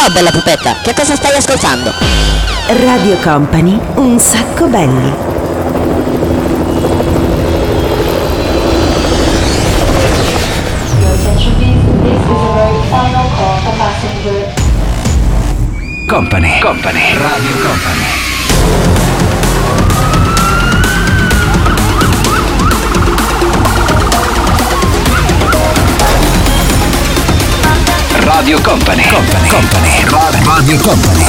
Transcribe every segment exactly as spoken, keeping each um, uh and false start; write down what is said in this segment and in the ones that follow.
Ciao bella pupetta, che cosa stai ascoltando? Radio Company, un sacco belli. Company, Company, Radio Company. Radio Company, Company, Company, Radio Company.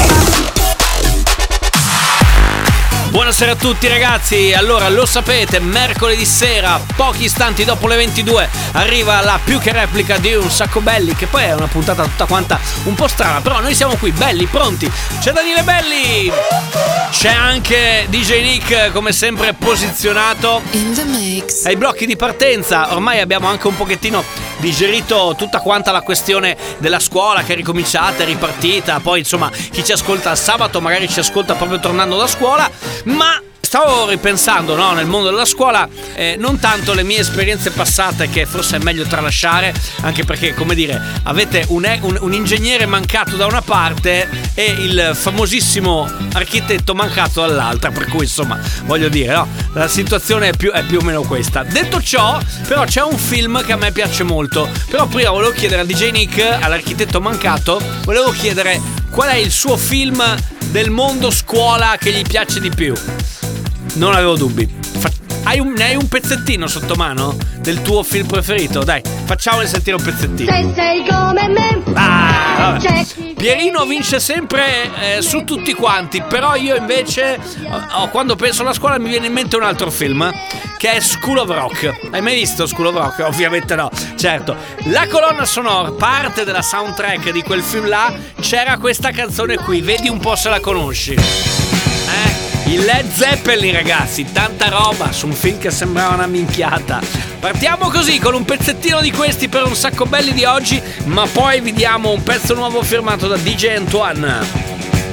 Buonasera a tutti ragazzi, allora lo sapete, mercoledì sera, pochi istanti dopo le ventidue, arriva la più che replica di Un Sacco Belli, che poi è una puntata tutta quanta un po' strana, però noi siamo qui, belli, pronti. C'è Daniele Belli, c'è anche D J Nick, come sempre posizionato ai blocchi di partenza. Ormai abbiamo anche un pochettino digerito tutta quanta la questione della scuola che è ricominciata, è ripartita. Poi insomma chi ci ascolta il sabato magari ci ascolta proprio tornando da scuola. Ma stavo ripensando, no, nel mondo della scuola, eh, non tanto le mie esperienze passate, che forse è meglio tralasciare, anche perché, come dire, avete un, un, un ingegnere mancato da una parte e il famosissimo architetto mancato dall'altra, per cui insomma voglio dire, no, la situazione è più, è più o meno questa. Detto ciò, però c'è un film che a me piace molto, però prima volevo chiedere a D J Nick, all'architetto mancato, volevo chiedere qual è il suo film del mondo scuola che gli piace di più. Non avevo dubbi. Fa- hai un, ne hai un pezzettino sotto mano del tuo film preferito? Dai, facciamone sentire un pezzettino. Se sei come me. Ah, vabbè. Pierino vince sempre eh, su tutti quanti, però io invece oh, quando penso alla scuola mi viene in mente un altro film, che è School of Rock. Hai mai visto School of Rock? Ovviamente no, certo. La colonna sonora, parte della soundtrack di quel film là, c'era questa canzone qui, vedi un po' se la conosci. Eh? Il Led Zeppelin, ragazzi, tanta roba su un film che sembrava una minchiata. Partiamo così con un pezzettino di questi per Un Sacco Belli di oggi, ma poi vi diamo un pezzo nuovo firmato da D J Antoine.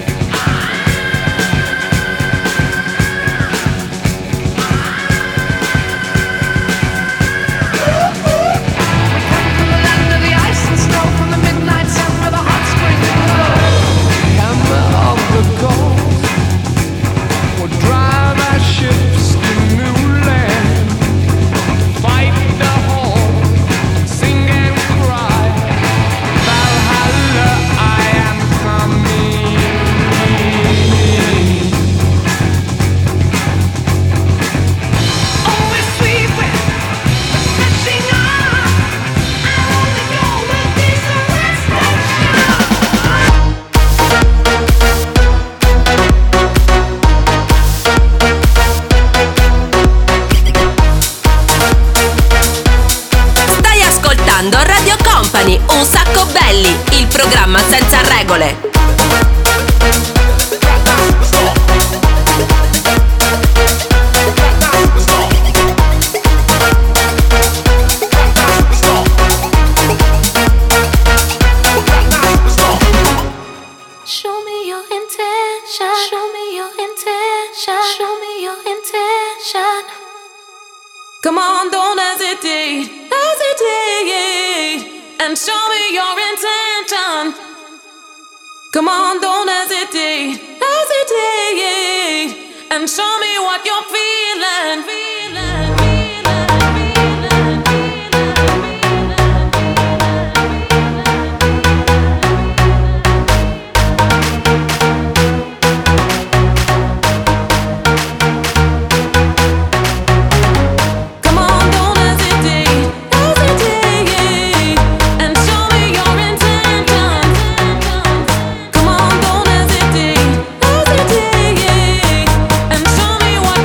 Un Sacco Belli, il programma senza regole. Show me your intention. Show me your intention. Show me your intention. Come on, don't hesitate, hesitate. And show me your intention. Come on, don't hesitate, hesitate. And show me what you're feeling, feeling, feeling, Come on, don't hesitate, hesitate. And show me your intention. Come on, don't hesitate, hesitate. And show me what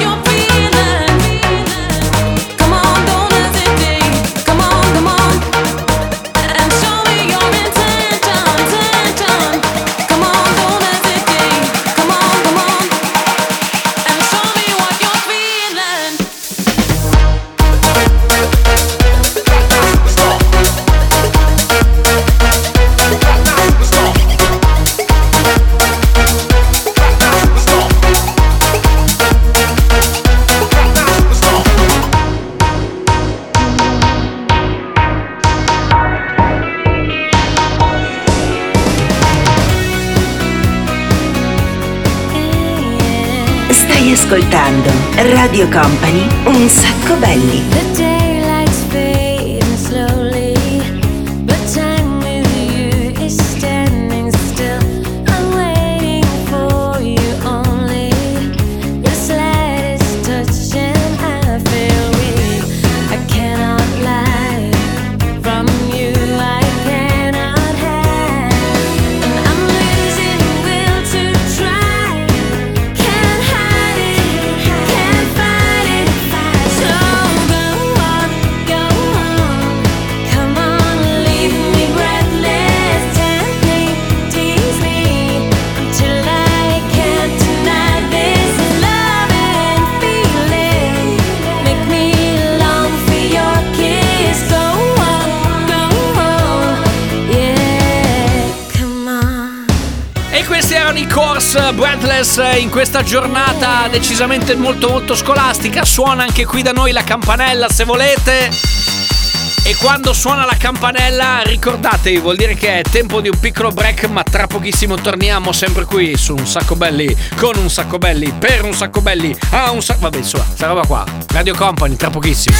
ascoltando Radio Company, un sacco belli. The daylight's fading slowly, but time with you is standing still. I'm waiting for you only. The slightest touch and I feel weak. I cannot lie from you. I cannot hide, and I'm losing will to try. Can't hide it, can't fight it. So go on, go on. Come on, leave me breathless. Tempt me, tease me until I can't deny this love and feeling. Make me long for your kiss. Go on, go on, yeah, come on. E questi erano i Course Breathless in questa giornata decisamente molto molto scolastica. Suona anche qui da noi la campanella se volete. E quando suona la campanella ricordatevi, vuol dire che è tempo di un piccolo break, ma tra pochissimo torniamo sempre qui su Un Sacco Belli, con Un Sacco Belli, per Un Sacco Belli, a un sacco... Vabbè, insomma, sta roba qua. Radio Company, tra pochissimo.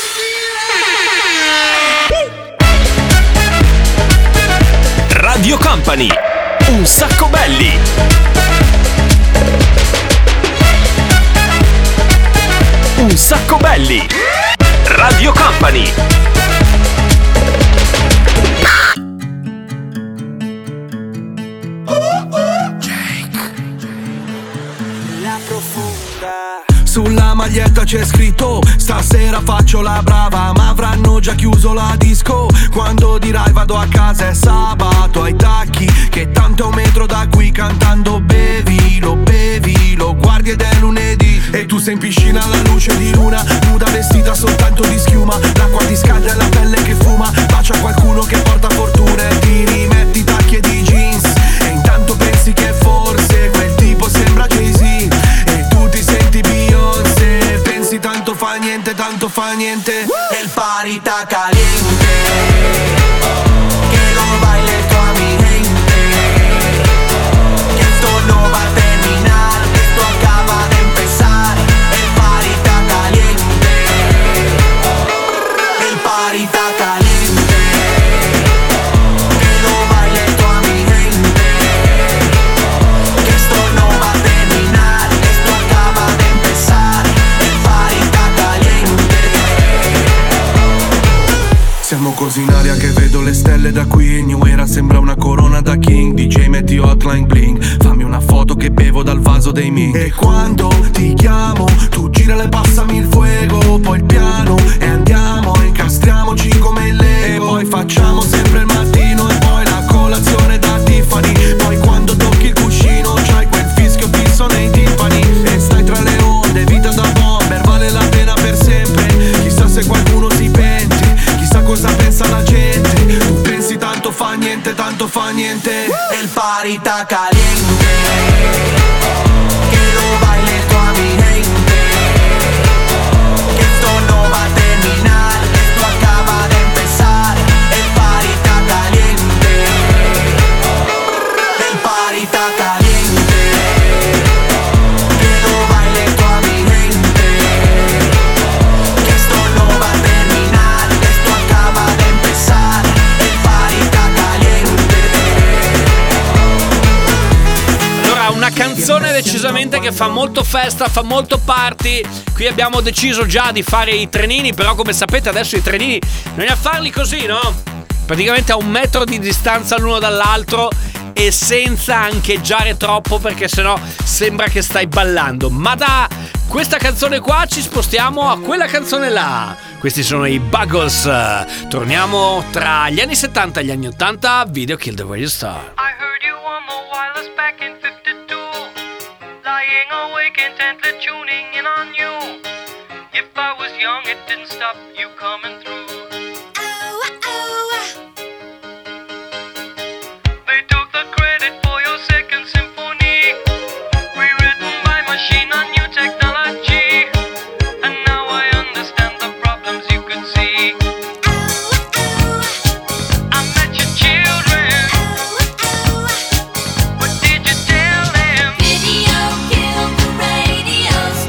Radio Company, un sacco belli. Un sacco belli. Radio Company. Sulla maglietta c'è scritto: stasera faccio la brava, ma avranno già chiuso la disco. Quando dirai vado a casa è sabato, ai tacchi, che tanto è un metro da qui. Cantando bevi, lo bevi, lo guardi ed è lunedì. E tu sei in piscina alla luce di luna, nuda vestita soltanto di schiuma. L'acqua ti scalda e la pelle che fuma. Bacia qualcuno che porta fortuna e ti rimetti i tacchi e di jeans. E intanto pensi che forse quel tipo sembra Jay-Z e tu ti senti Beyoncé. Pensi tanto fa niente, tanto fa niente. El party está caliente, que lo baile toda mi gente, que esto no va a terminar, esto acaba de empezar. El party está caliente, el party está caliente, que lo baile toda mi gente, que esto no va a terminar, esto acaba de empezar. El party está caliente. Siamo così in aria che vedo le stelle da qui. New Era sembra una corona da king. D J metti hotline bling, fammi una foto che bevo dal vaso dei Ming. E quando ti chiamo tu girala e passami il fuego. Poi il piano e andiamo, incastriamoci come il Lego. E poi facciamo sempre il mattino e poi la colazione da Tiffany. Poi quando tocchi il cuscino c'hai quel fischio fisso nei timpani. E stai tra le onde, vita da bomber, vale la pena per sempre. Chissà se qualcuno si pente, chissà cosa pensa la gente. Tu pensi tanto fa niente, tanto fa niente. El party está caliente, que lo baile toda mi gente, que esto no va a terminar, esto acaba de empezar. El party está caliente, el party está caliente, que lo baile toda mi gente, que esto no va a terminar, esto acaba de empezar. El party está caliente. Allora, una canzone decisamente che fa molto festa, fa molto party. Qui abbiamo deciso già di fare i trenini, però come sapete adesso i trenini bisogna farli così, no? Praticamente a un metro di distanza l'uno dall'altro e senza ancheggiare troppo, perché sennò sembra che stai ballando. Ma da questa canzone qua ci spostiamo a quella canzone là. Questi sono i Buggles. Torniamo tra gli anni settanta e gli anni ottanta. Video Kill the Radio Star. I heard you on the wireless back in fifty-two, lying awake intently tuning in on you. If I was young it didn't stop you coming through. They took the credit for your second symphony, rewritten by machine on new technology. And now I understand the problems you could see. I met your children. What did you tell them? Video killed the radio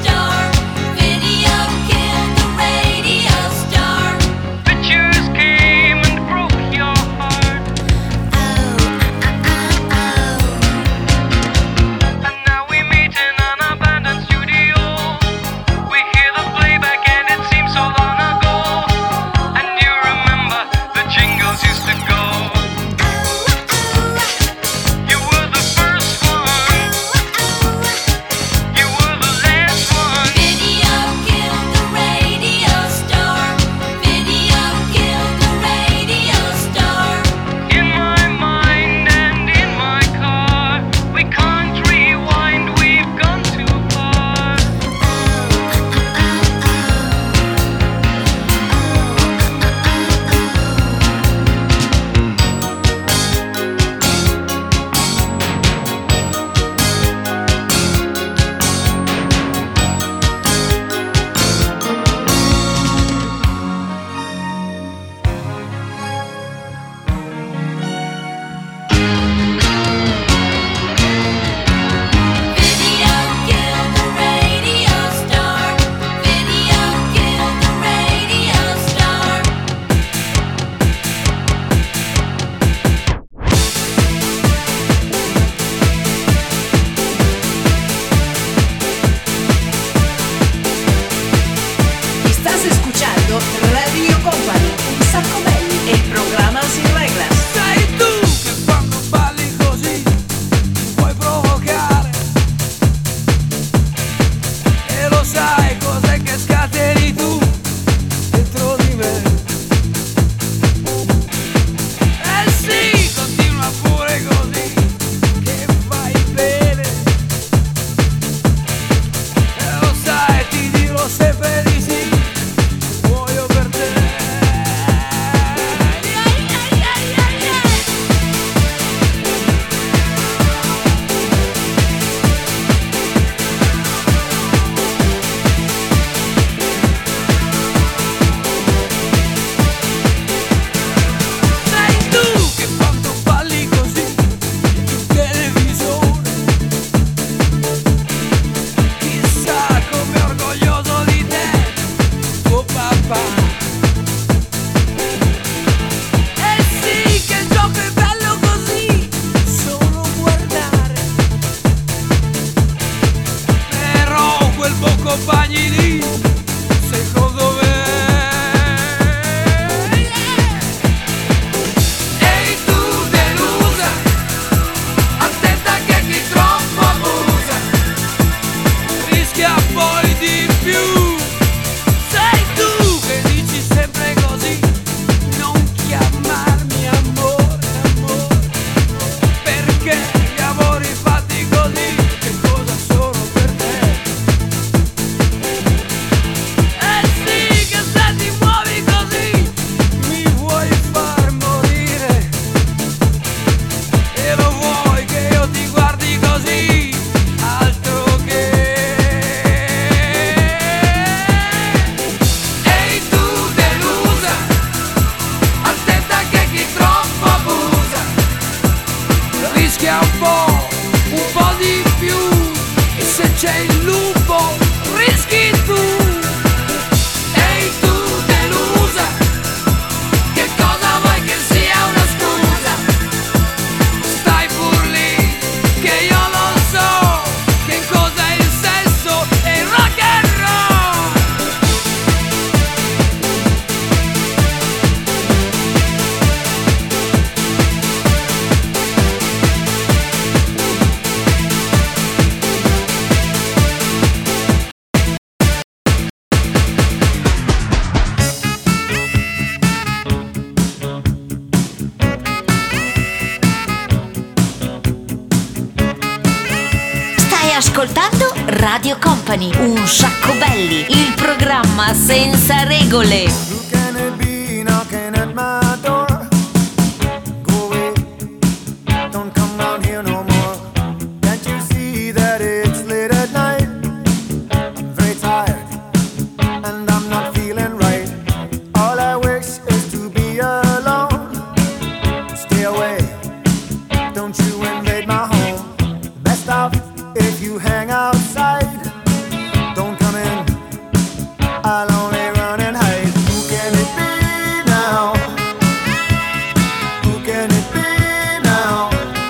Radio Company, un sacco belli, il programma senza regole. Who can it be knocking at my door? Go away, don't come round here no more. Can't you see that it's late at night? I'm very tired and I'm not feeling right. All I wish is to be alone. Stay away, don't you invade my home. Best off if you hang outside. Don't come in, I'll only run and hide. Who can it be now? Who can it be now?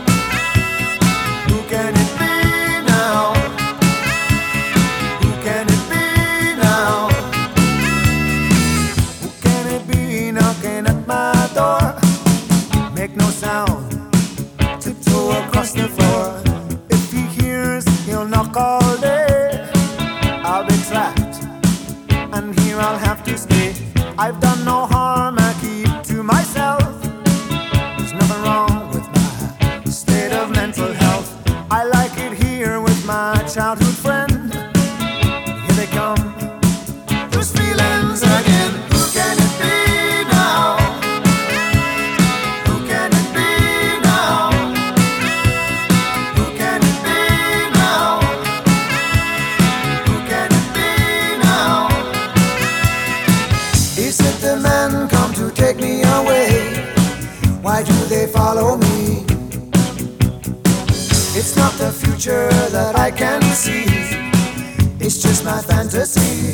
Who can it be now? Who can it be now? Who can it be knocking at my door? Make no sound, tiptoe across the floor. If he hears, he'll knock all day. I'll be trapped, and here I'll have to stay. I've done no harm, I keep to myself. There's nothing wrong with my state of mental health. I like it here with my childhood friend. Here they come, those feelings again. Who can it be now? Who can it be now? Who can it be now? Who can it be now? Is it the men come to take me away? Why do they follow me? It's not the future that I can see. It's just my fantasy.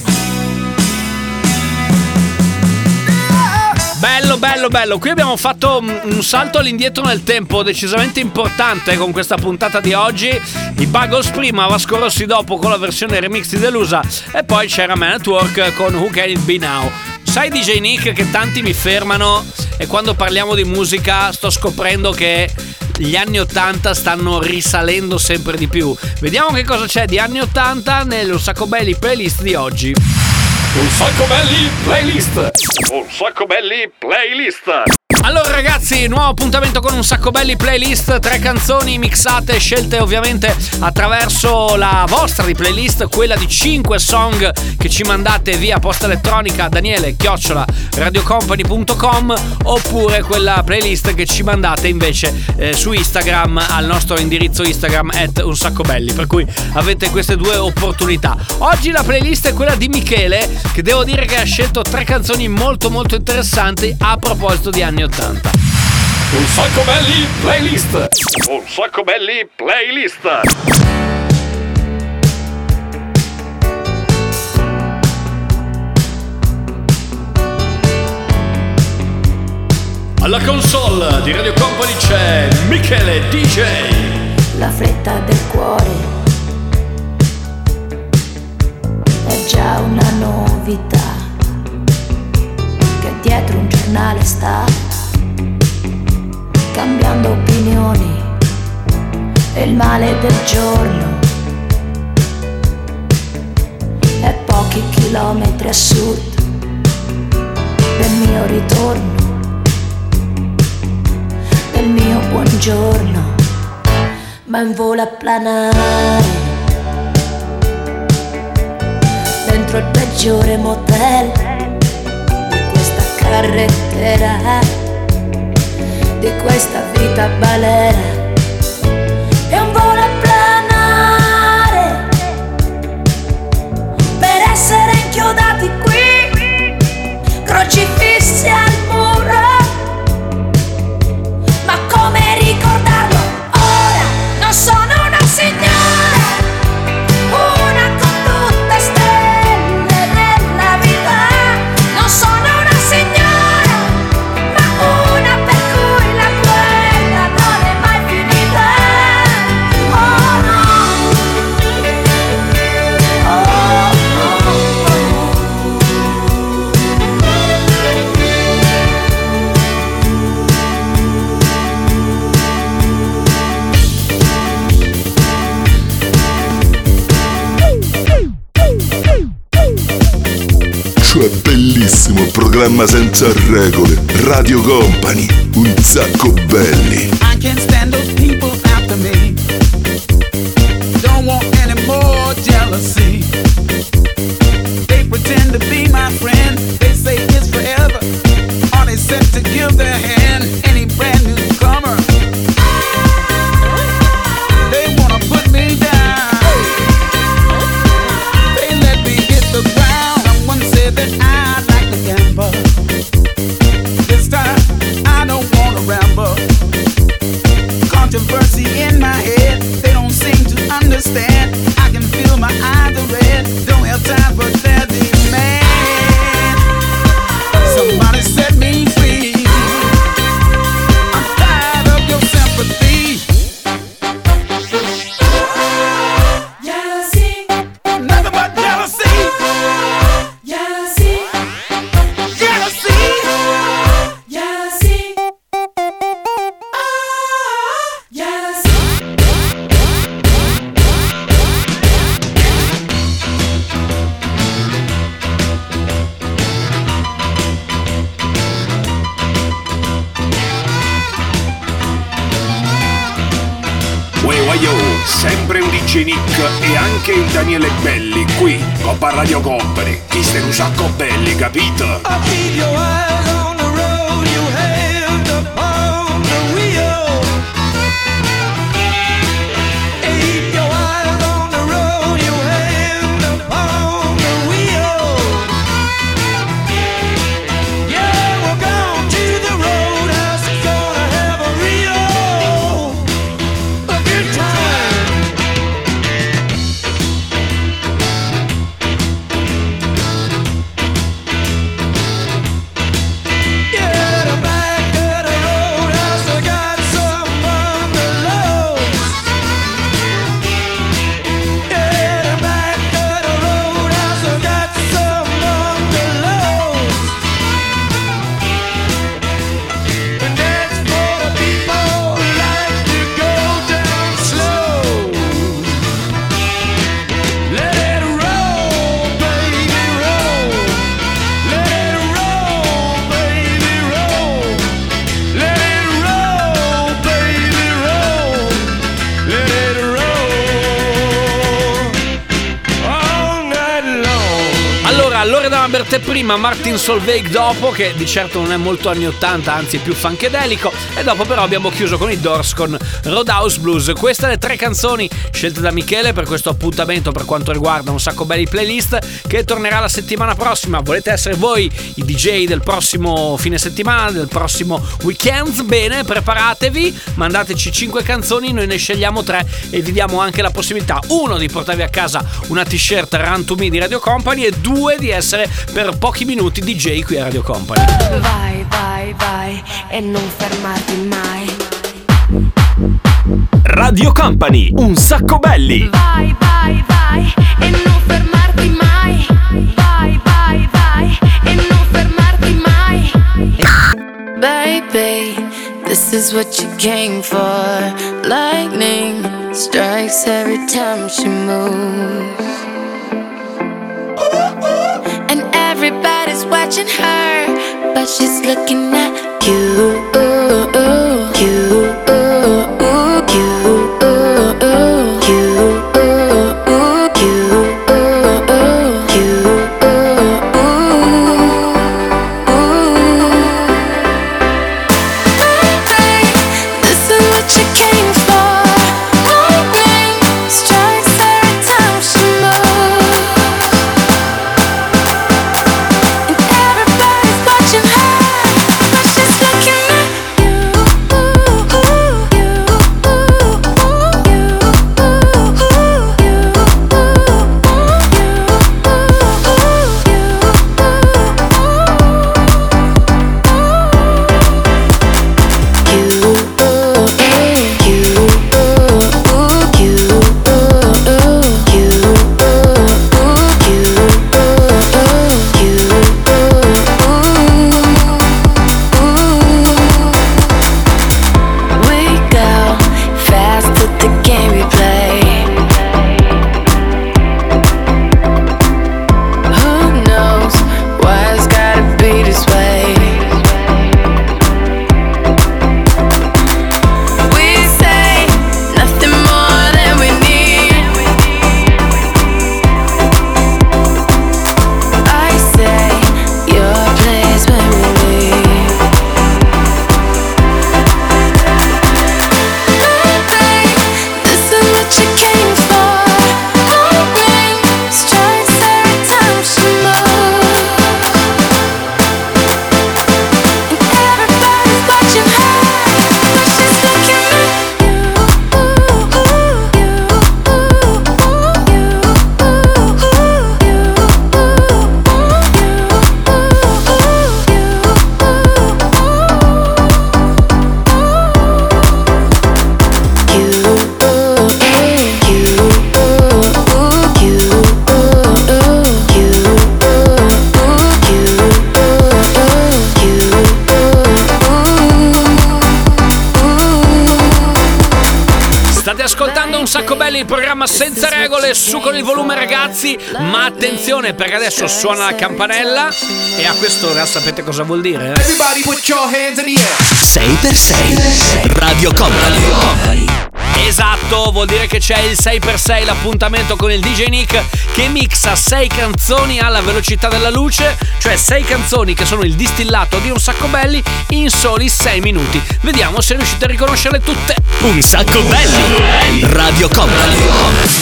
Bello, bello, bello. Qui abbiamo fatto un salto all'indietro nel tempo decisamente importante con questa puntata di oggi. I Buggles prima, Vasco Rossi dopo con la versione remix di Delusa e poi c'era Man at Work con Who Can It Be Now. Sai D J Nick che tanti mi fermano e quando parliamo di musica sto scoprendo che gli anni ottanta stanno risalendo sempre di più. Vediamo che cosa c'è di anni ottanta nello Sacco Belli playlist di oggi. Un sacco belli playlist. Un sacco belli playlist. Allora ragazzi, nuovo appuntamento con un sacco belli playlist, tre canzoni mixate, scelte ovviamente attraverso la vostra di playlist, quella di cinque song che ci mandate via posta elettronica Daniele chiocciola radiocompany punto com oppure quella playlist che ci mandate invece eh, su Instagram al nostro indirizzo Instagram at un sacco belli, per cui avete queste due opportunità. Oggi la playlist è quella di Michele, che devo dire che ha scelto tre canzoni molto molto interessanti a proposito di anni ottanta. Un sacco belli playlist. Un sacco belli playlist. Alla console di Radio Company c'è Michele D J. La fretta del cuore è già una novità, che dietro un giornale sta cambiando opinioni e il male del giorno è pochi chilometri a sud del mio ritorno, del mio buongiorno, ma in volo a planare dentro il peggiore motel di questa carrettera, di questa vita balera. È un volo a planare per essere inchiodati qui, crocifissi al muro. Ma come ricordarlo ora? Non sono una signora, una con tutte stelle nella vita. Non sono una signora, ma una per cui la guerra non è mai finita. Oh no, oh, oh, oh. Cioè bellissimo, programma senza regole, Radio Company, un sacco belli. I can't stand those people after me. Don't want any more jealousy. jealousy. They pretend to be my friend. They say it's forever. Are they set to give their hand? Any brand newcomer? They wanna put me down. They let me hit the ground. Someone said that I like to gamble. This time I don't wanna ramble. Controversy in my head. They don't seem to understand. I can feel my eyes are red. Don't have time for their demand. Somebody set me free. I'm tired of your sympathy. Jealousy. Nothing but jealousy. Jealousy. Jealousy. Jealousy. Jealousy. Uè, uaio, sempre un D J Nick e anche il Daniele Belli qui, Coppa Radio Company. Chi stai un sacco belli, capito? I keep your eyes on the road, you hand upon the wheel. Keep your eyes on the road, you hand upon the wheel. Yeah, we're going to the roadhouse, gonna have a real a good time. Yeah, the back of the roadhouse, I got some bungalows. Yeah, the back of the roadhouse, I got some bungalows. And that's for the people who like to go down slow. Let it roll, baby, roll. Let it roll, baby, roll. Let it roll, baby, roll. Let it roll all night long. Allora, Loredana Bertè prima, Martin Solveig dopo, che di certo non è molto anni ottanta, anzi è più funkadelico, e dopo però abbiamo chiuso con i Doors con Roadhouse Blues. Queste le tre canzoni scelte da Michele per questo appuntamento per quanto riguarda Un Sacco Belli Playlist, che tornerà la settimana prossima. Volete essere voi i D J del prossimo fine settimana, del prossimo weekend? Bene, preparatevi, mandateci cinque canzoni, noi ne scegliamo tre e vi diamo anche la possibilità, uno, di portarvi a casa una t-shirt Run to Me di Radio Company, e due, di essere per pochi minuti D J qui a Radio Company. Vai, vai, vai e non fermarti mai. Radio Company, Un Sacco Belli. Vai, vai, vai e non fermarti mai. Vai, vai, vai e non fermarti mai. Baby, this is what you came for. Lightning strikes every time she moves. And everybody's watching her, but she's looking at you. You. Watching her, but she's looking at Un Sacco Belli, il programma senza regole, su con il volume ragazzi, ma attenzione perché adesso suona la campanella e a quest'ora sapete cosa vuol dire? Everybody put your hands in the air. sei per sei Radio Company. Esatto, vuol dire che c'è il sei per sei, l'appuntamento con il D J Nick che mixa sei canzoni alla velocità della luce, cioè sei canzoni che sono il distillato di Un Sacco Belli in soli sei minuti. Vediamo se riuscite a riconoscerle tutte. Un Sacco Belli Radio Company.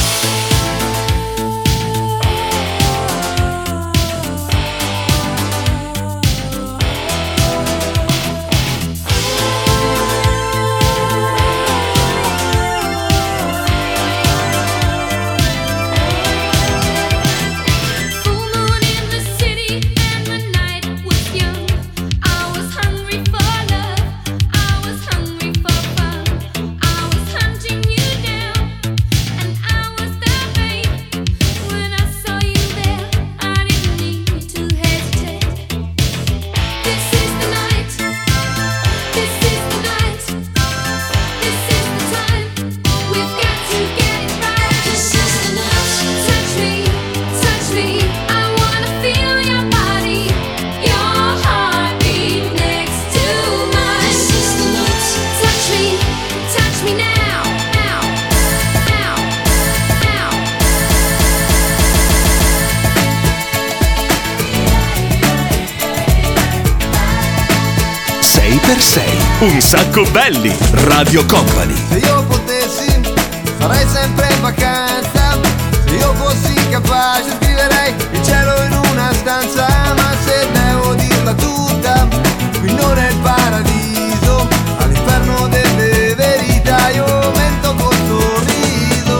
Per sei, Un Sacco Belli Radio Company. Se io potessi farei sempre in vacanza. Se io fossi capace scriverei il cielo in una stanza. Ma se devo dirla tutta, qui non è il paradiso. All'inferno delle verità io mento col sorriso.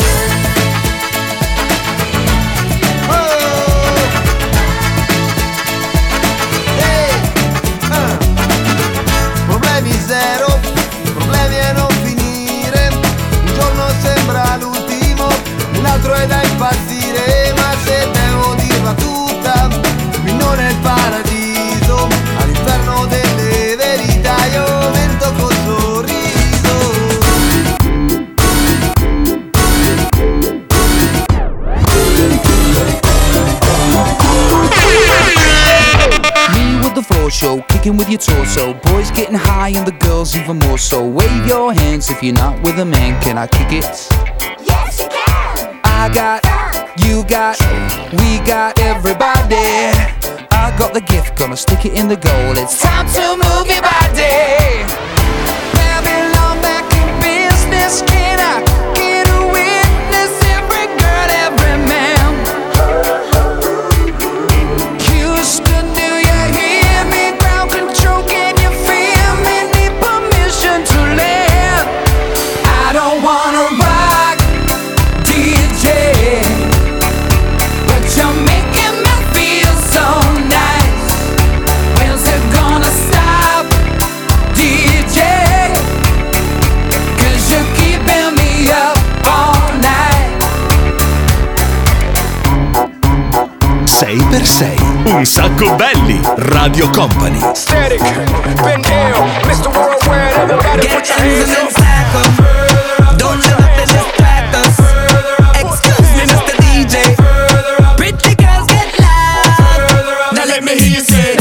Oh! Hey! Ah! Problemi zero, problemi a non finire. Un giorno sembra l'ultimo, l'altro è da impazzire. Ma se devo dirla tutta, qui non è il paradiso. All'inferno delle verità io mento col sorriso. The floor show, kicking with your torso. Boys getting high and the girls even more so. Wave your hands if you're not with a man. Can I kick it? Yes, you can. I got, you got, we got everybody. I got the gift, gonna stick it in the goal. It's time to move your body. Babylon back in business. Can I get a witness? Every girl, every man. Houston, do you hear me? Ground control, can you feel me? Need permission to land. I don't wanna rock, D J, but you're making me feel so nice. When's it gonna stop, D J? Cause you're keeping me up all night. sei per sei, Un Sacco Belli Radio Company. Static, been ill, Mister Worldwide, everybody put your hands up. Don't let nothing distract us. Excuse me, Mister D J. Pretty girls get loud. Now let me hear you say.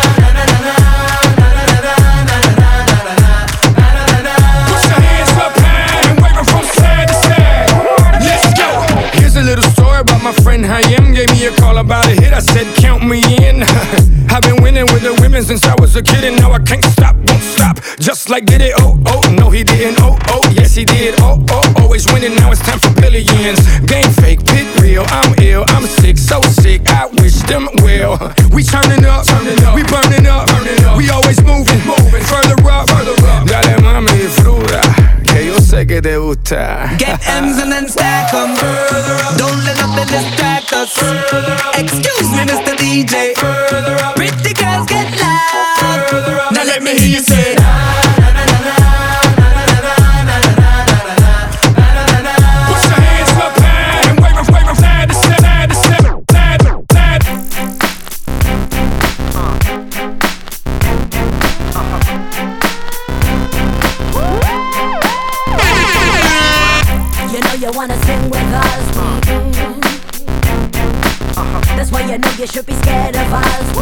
Put your hands up high and wave 'em from side to side. Let's go. Here's a little story about my friend Hayem. Gave me a call about a hit. I said, count me in. I've been winning with the women since I was a kid, and now I can't stop, won't stop. Just like did it, oh, oh, no he didn't, oh, oh, yes he did, oh, oh, always winning, now it's time for billions. Game fake, pit real, I'm ill, I'm sick, so sick, I wish them well. We turning up, turning up, we burning up, burning up. We always moving, moving, further up, further up. Dale mami, disfruta, que yo sé que te gusta. Get M's and then stack 'em. Don't let nothing distract us. Excuse me, Mister D J. Pretty girls get loud. Now let me hear you say. Put your hands up high and wave 'em, wave 'em side to side to side, side to side. profiles.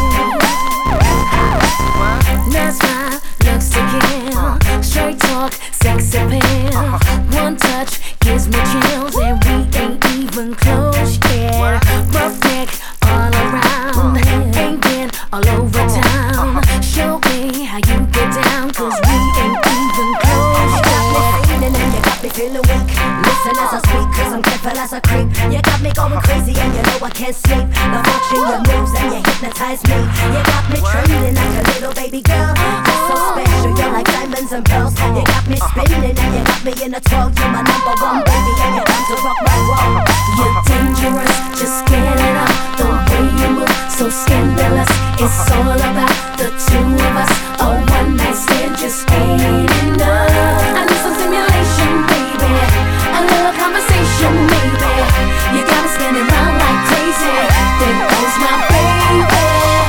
Nice smile, looks to kill. Straight talk, sex appeal. One touch gives me chills, and we ain't even close yet. Rough neck all around, ain't been all over town. Show me how you get down, cause we ain't even close yet. And you got me feeling weak. Listen as I speak, cause I'm careful as a creep. You got me going crazy and you know I can't sleep. Now watching your moves and you hypnotize me. You got me trembling like a little baby girl. You're so special, you're like diamonds and pearls. You got me spinning and you got me in a twirl. You're my number one baby and you're down to rock my world. You're dangerous, just get it up. The way you move, so scandalous. It's all about the two of us. A one night stand just ain't enough. I need some stimulation, baby. A little conversation, maybe. You got me spinning round like crazy. There goes my baby.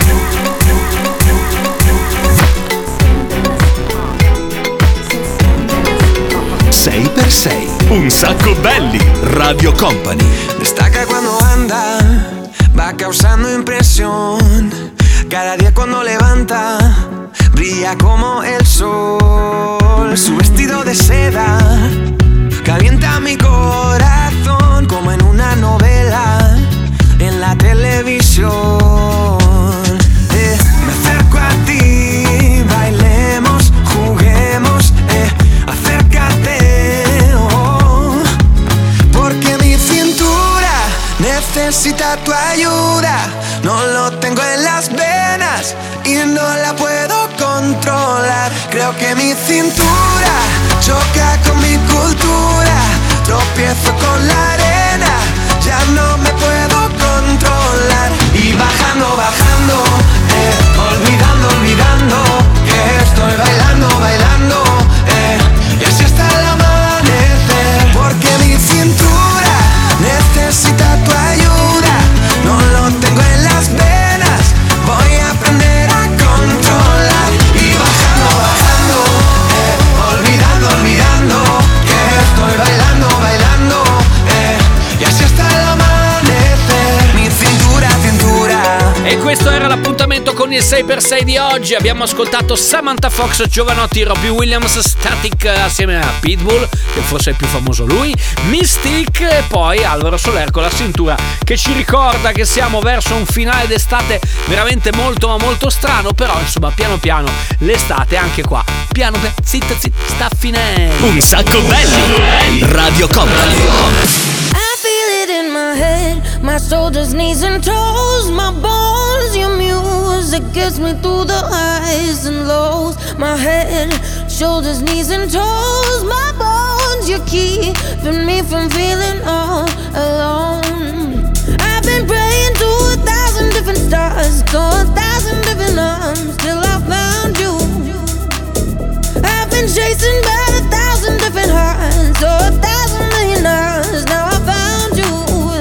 sei per sei. Un sacco belli. Radio Company. Destaca cuando anda, va causando impresión. Cada día cuando levanta, brilla como el sol. Su vestido de seda calienta mi corazón como en una novela en la televisión. Eh, me acerco a ti, bailemos, juguemos, eh, acércate, oh, porque mi cintura necesita tu ayuda. No lo tengo en las venas y no la puedo controlar. Creo que mi cintura choca con mi cultura. Tropiezo con la arena, ya no me puedo controlar. Y bajando, bajando, eh, olvidando, olvidando que estoy bailando, bailando, eh, y así hasta el amanecer. Porque mi cintura necesita tu ayuda. No lo tengo en las venas, voy a aprender a controlar. Y bajando, bajando, eh, olvidando, olvidando que estoy bailando, bailando, eh, y así hasta el amanecer. Mi cintura, cintura. E questo era l'appuntamento con il sei per sei di oggi. Abbiamo ascoltato Samantha Fox, Giovanotti, Robbie Williams, Static assieme a Pitbull, che forse è più famoso lui, Mystic, e poi Alvaro Soler con La cintura, che ci ricorda che siamo verso un finale d'estate veramente molto ma molto strano. Però insomma piano piano l'estate anche qua piano piano, zitta zitta, sta finendo. Un sacco belli. Radio Company. I feel it in my head, my shoulders, knees and toes, my bones, your music gets me through the highs and lows. My head, shoulders, knees and toes, my bones, you're keeping me from feeling all alone. I've been praying to a thousand different stars, to a thousand different arms, till I found you. I've been chasing by a thousand different hearts, oh, a thousand million hours. Now I found you.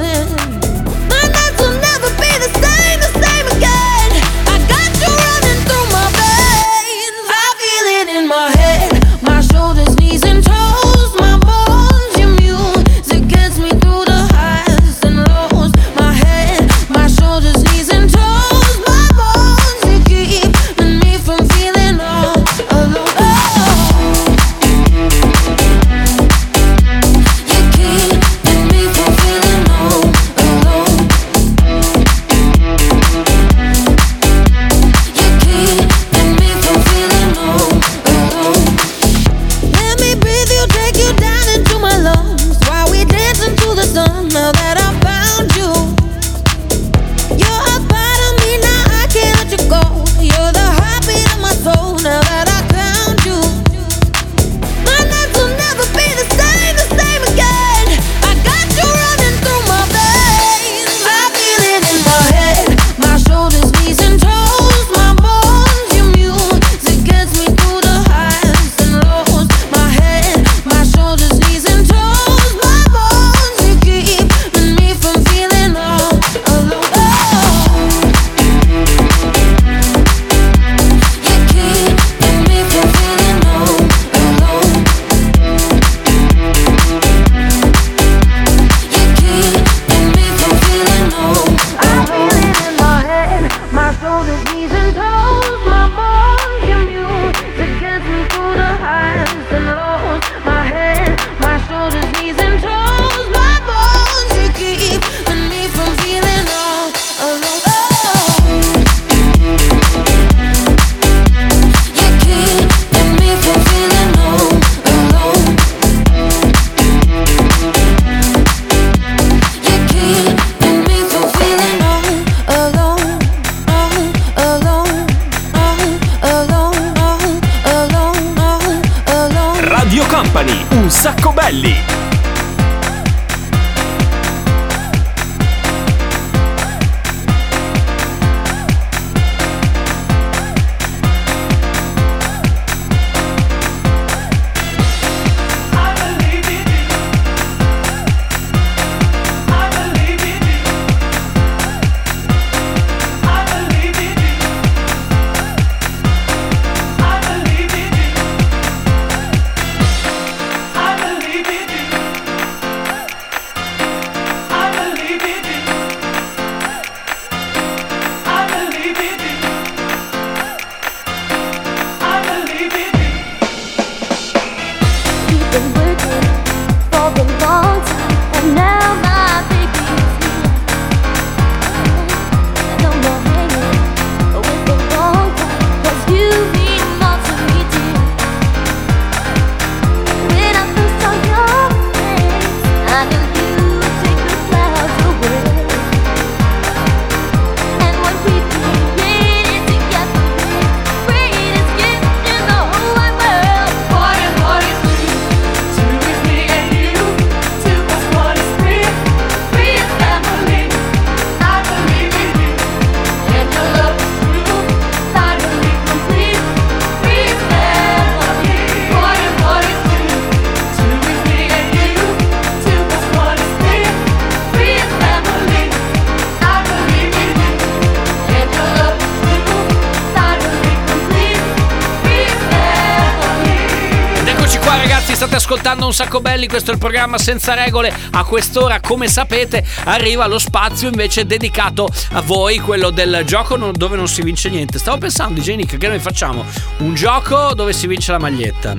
My nights will never be the same, the same again. I got you running through my veins. I feel it in my head, my shoulders, knees and toes, my bones, your music gets me through the highs and lows. My head, my shoulders, knees and toes, shoulders, knees and toes, my bones, your music gets me through the highs and lows. My head, my shoulders, knees and toes, my bones, you keep me from feeling all alone. You keep me from feeling all alone. You keep me from feeling all alone, alone, alone, alone, alone. Radio Company, un sacco belli. State ascoltando Un Sacco Belli, questo è il programma Senza Regole. A quest'ora, come sapete, arriva lo spazio invece dedicato a voi, quello del gioco dove non si vince niente. Stavo pensando, D J Nick, che noi facciamo un gioco dove si vince la maglietta,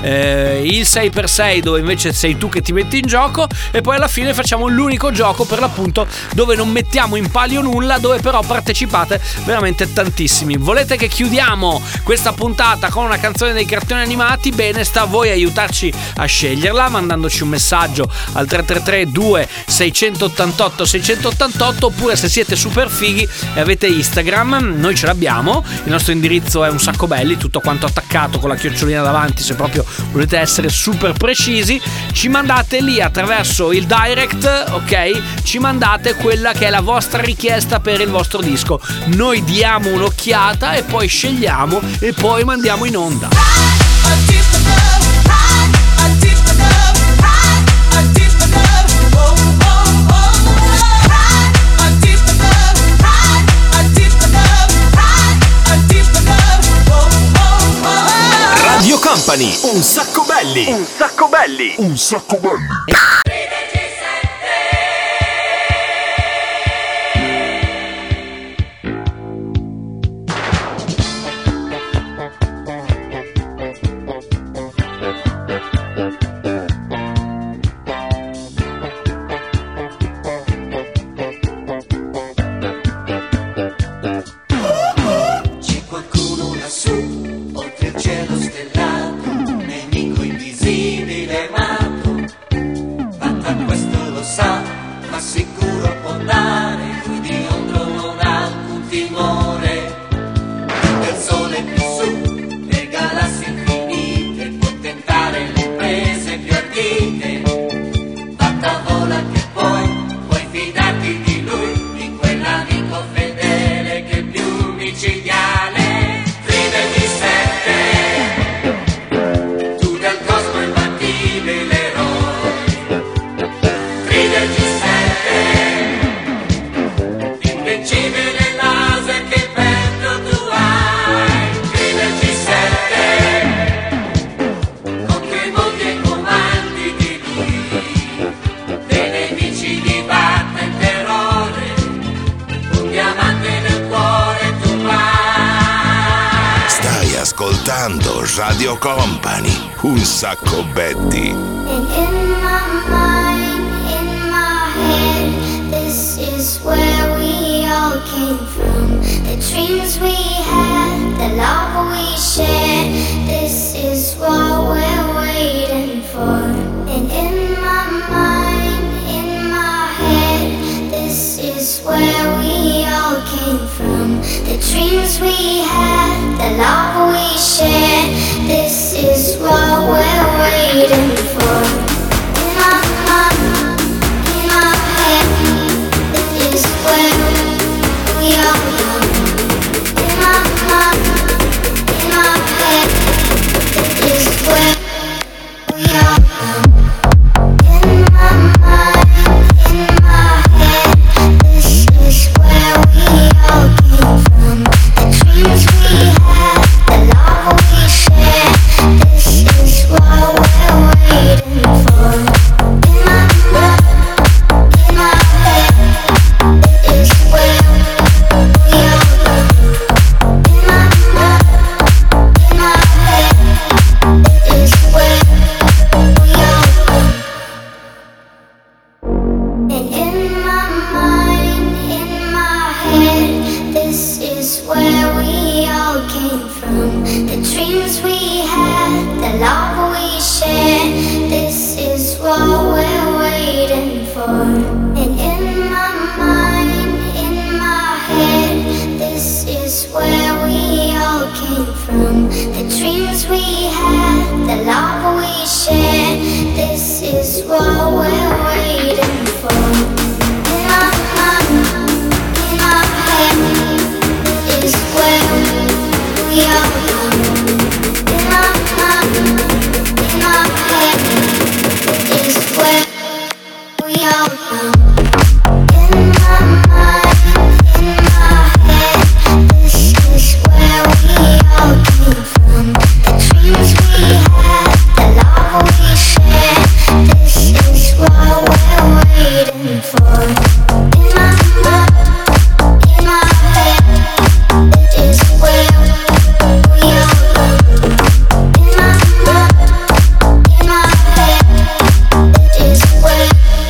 eh, il sei per sei dove invece sei tu che ti metti in gioco, e poi alla fine facciamo l'unico gioco per l'appunto dove non mettiamo in palio nulla, dove però partecipate veramente tantissimi. Volete che chiudiamo questa puntata con una canzone dei cartoni animati? Bene, sta a voi aiutarci a sceglierla mandandoci un messaggio al tre tre tre due sei otto otto sei otto otto, oppure se siete super fighi e avete Instagram, noi ce l'abbiamo, il nostro indirizzo è Un Sacco Belli, tutto quanto attaccato con la chiocciolina davanti. Se proprio volete essere super precisi, ci mandate lì attraverso il direct, ok? Ci mandate quella che è la vostra richiesta per il vostro disco, noi diamo un'occhiata e poi scegliamo e poi mandiamo in onda. Radio Company, Un Sacco Belli. Un Sacco Belli. Un Sacco Belli. Diamante nel cuore tu ascoltando Radio Company, un sacco belli. And in my mind, in my head, this is where we all came from. The dreams we had, the love we shared, this is what we're waiting for. And in my mind, in my head, this is where we all came from. The dreams we had, the love we shared, this is what we're waiting for. In my mind, in my head, this is where we all come. In my mind, in my head, this is where we all come. In my mind, in my head, this is where we all came from. The dreams we had, the love we shared, this is what we're waiting for. In my mind, in my head, this is where we all come. In my mind, in my head, this is where we all come. And in my mind, in my head, this is where we all came from. The dreams we had, the love we shared, this is what we're waiting for. And in my mind, in my head, this is where we all came from. The dreams we had, the love we shared, this is what we're waiting for. In my mind, in my head, this is where we all come. In my mind, in my head, this is where we all come. In my mind, in my head, this is where we all came from. The dreams we had, the love we shared, this is what we're waiting for. In my mind, in my head, this is where we all come. In my mind, in my head, this is where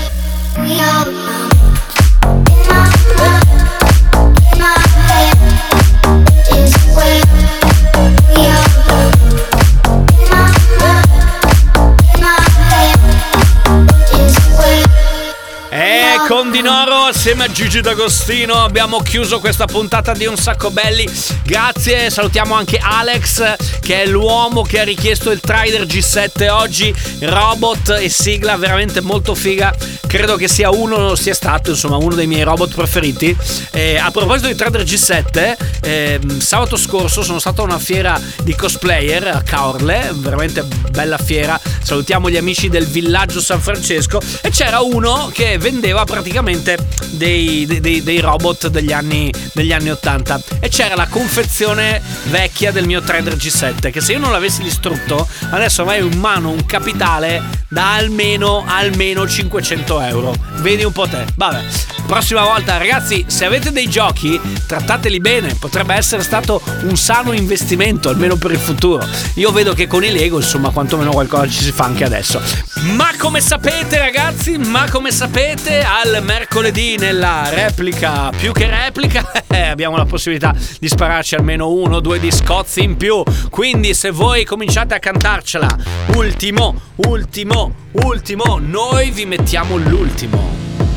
we all come. In my mind, in my head, this is where we all come. In my mind, in my head, this is where. E con Dinoro assieme a Gigi D'Agostino abbiamo chiuso questa puntata di Un Sacco Belli. Grazie, salutiamo anche Alex, che è l'uomo che ha richiesto il Trider G sette oggi. Robot e sigla veramente molto figa. Credo che sia uno, sia stato insomma uno dei miei robot preferiti. Eh, a proposito di Trider G sette, eh, sabato scorso sono stato a una fiera di cosplayer a Caorle, veramente bella fiera. Salutiamo gli amici del Villaggio San Francesco, e c'era uno che vendeva praticamente dei, dei, dei robot degli anni, degli anni ottanta, e c'era la confezione vecchia del mio Trider G sette, che se io non l'avessi distrutto adesso avrei in mano un capitale da almeno almeno cinquecento euro. Vedi un po' te. Vabbè, prossima volta ragazzi, se avete dei giochi trattateli bene, potrebbe essere stato un sano investimento almeno per il futuro. Io vedo che con i Lego insomma quantomeno qualcosa ci si fa anche adesso. Ma come sapete ragazzi, ma come sapete al mercoledì nella replica più che replica eh, abbiamo la possibilità di spararci almeno uno o due discozzi in più. Quindi se voi cominciate a cantarcela ultimo, ultimo, ultimo, noi vi mettiamo l'ultimo.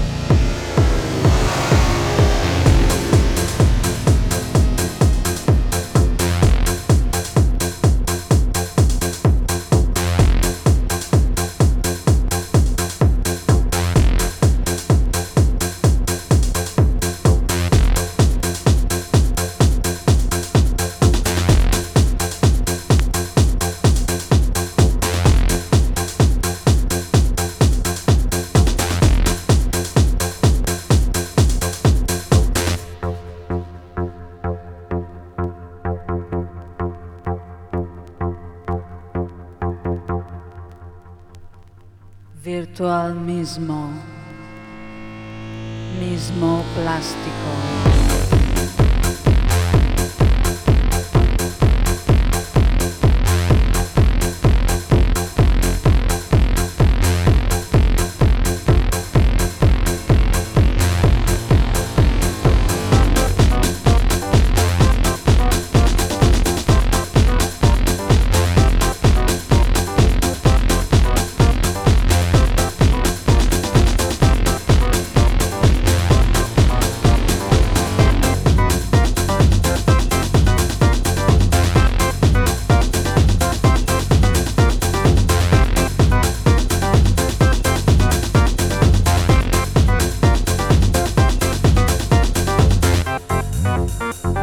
Virtual mismo, mismo plástico.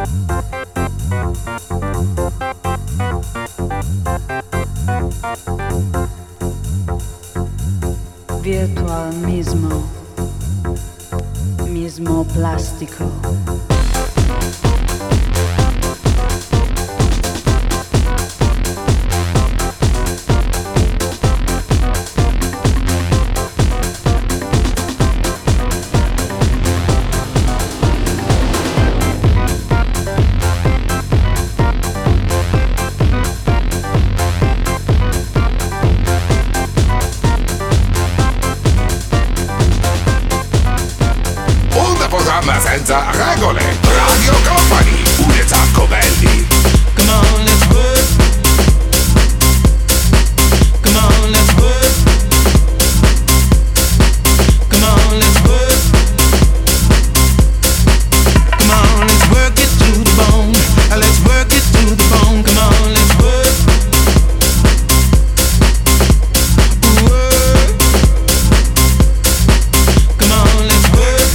Virtual mismo, mismo plástico. Senza regole, Radio Company, un sacco belli. Come on, let's work. Come on, let's work. Come on, let's work. Come on, let's work it to the bone. Let's work it to the bone. Come on, let's work. Work. Come on, let's work.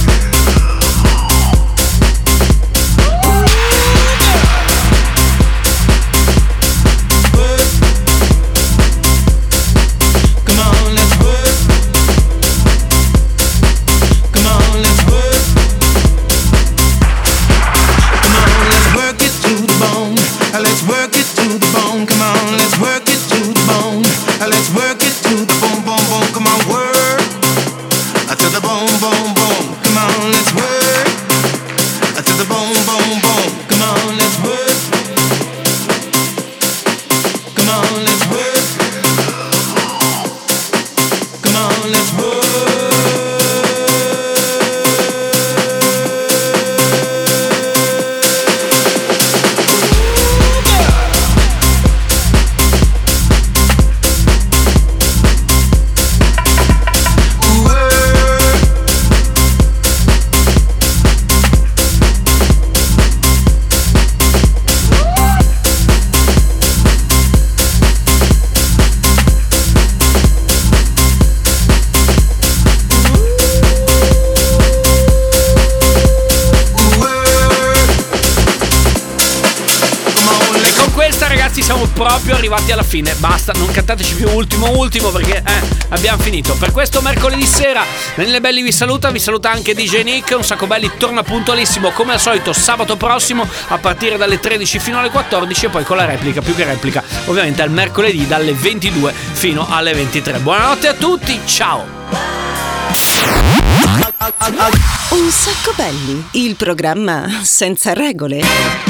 Proprio arrivati alla fine, basta, non cantateci più ultimo ultimo perché eh, abbiamo finito. Per questo mercoledì sera Daniele Belli vi saluta, vi saluta anche D J Nick. Un sacco belli torna puntualissimo come al solito sabato prossimo a partire dalle tredici fino alle quattordici e poi con la replica, più che replica ovviamente al mercoledì dalle ventidue fino alle ventitré. Buonanotte a tutti, ciao. Un sacco belli, il programma senza regole.